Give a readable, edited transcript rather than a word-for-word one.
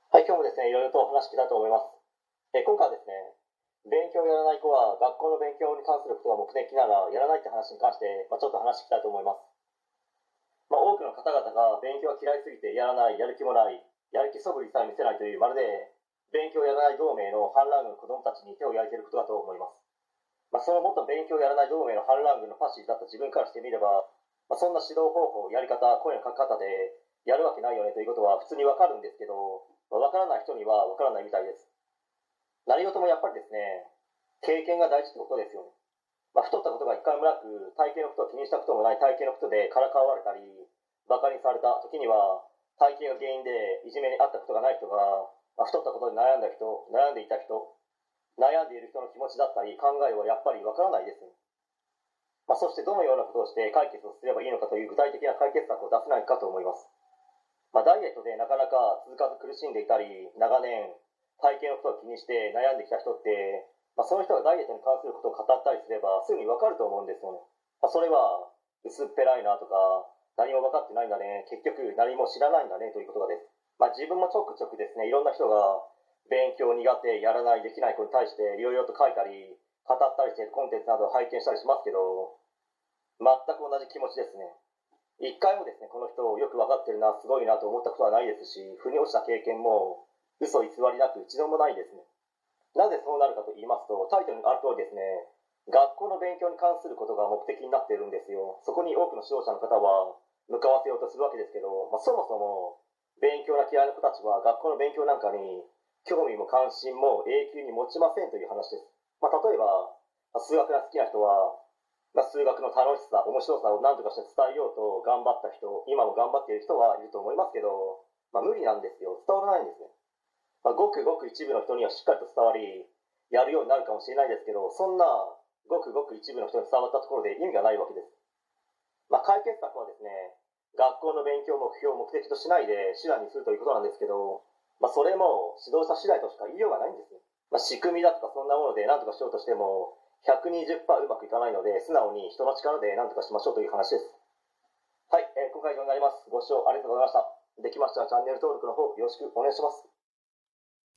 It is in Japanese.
はい、今日もですね、いろいろとお話聞きたいと思います。今回はですね、勉強をやらない子は学校の勉強に関することが目的ならやらないって話に関して、ちょっと話聞きたいと思います。多くの方々が勉強が嫌いすぎてやらない、やる気もない、やる気そぶりさえ見せないという、まるで勉強をやらない同盟の反乱軍の子供たちに手を焼いていることだと思います。そのもっと勉強をやらない同盟の反乱軍のパシリだった自分からしてみれば、そんな指導方法、やり方、声の書き方でやるわけないよねということは普通にわかるんですけど、わからない人にはわからないみたいです。何事もやっぱりですね、経験が大事ってことですよね。太ったことが一回もなく、体型のことを気にしたこともない体型のことでからかわれたり、バカにされた時には、体型が原因でいじめにあったことがない人が、太ったことで悩んだ人、悩んでいた人、悩んでいる人の気持ちだったり、考えはやっぱりわからないですね。そしてどのようなことをして解決をすればいいのかという具体的な解決策を出せないかと思います。ダイエットでなかなか続かず苦しんでいたり、長年体型のことを気にして悩んできた人って、その人がダイエットに関することを語ったりすればすぐに分かると思うんですよね。それは薄っぺらいなとか、何も分かってないんだね、結局何も知らないんだねということがです。自分もちょくちょくですね、いろんな人が勉強苦手、やらない、できない子に対していろいろと書いたり、語ったりしているコンテンツなどを拝見したりしますけど、全く同じ気持ちですね。一回もですね、この人をよく分かってるな、すごいなと思ったことはないですし、腑に落ちた経験も嘘偽りなく一度もないですね。なぜそうなるかと言いますと、タイトルにある通りですね、学校の勉強に関することが目的になっているんですよ。そこに多くの指導者の方は向かわせようとするわけですけど、そもそも勉強が嫌いな子たちは学校の勉強なんかに興味も関心も永久に持ちませんという話です。例えば、数学が好きな人は数学の楽しさ、面白さを何とかして伝えようと頑張った人、今も頑張っている人はいると思いますけど、無理なんですよ。伝わらないんですね。ごくごく一部の人にはしっかりと伝わり、やるようになるかもしれないですけど、そんなごくごく一部の人に伝わったところで意味がないわけです。解決策はですね、学校の勉強目標を目的としないで手段にするということなんですけど、それも指導者次第としか言いようがないんですね。仕組みだとかそんなもので何とかしようとしても、120%うまくいかないので、素直に人の力で何とかしましょうという話です。はい、今回以上になります。ご視聴ありがとうございました。できましたらチャンネル登録の方よろしくお願いします。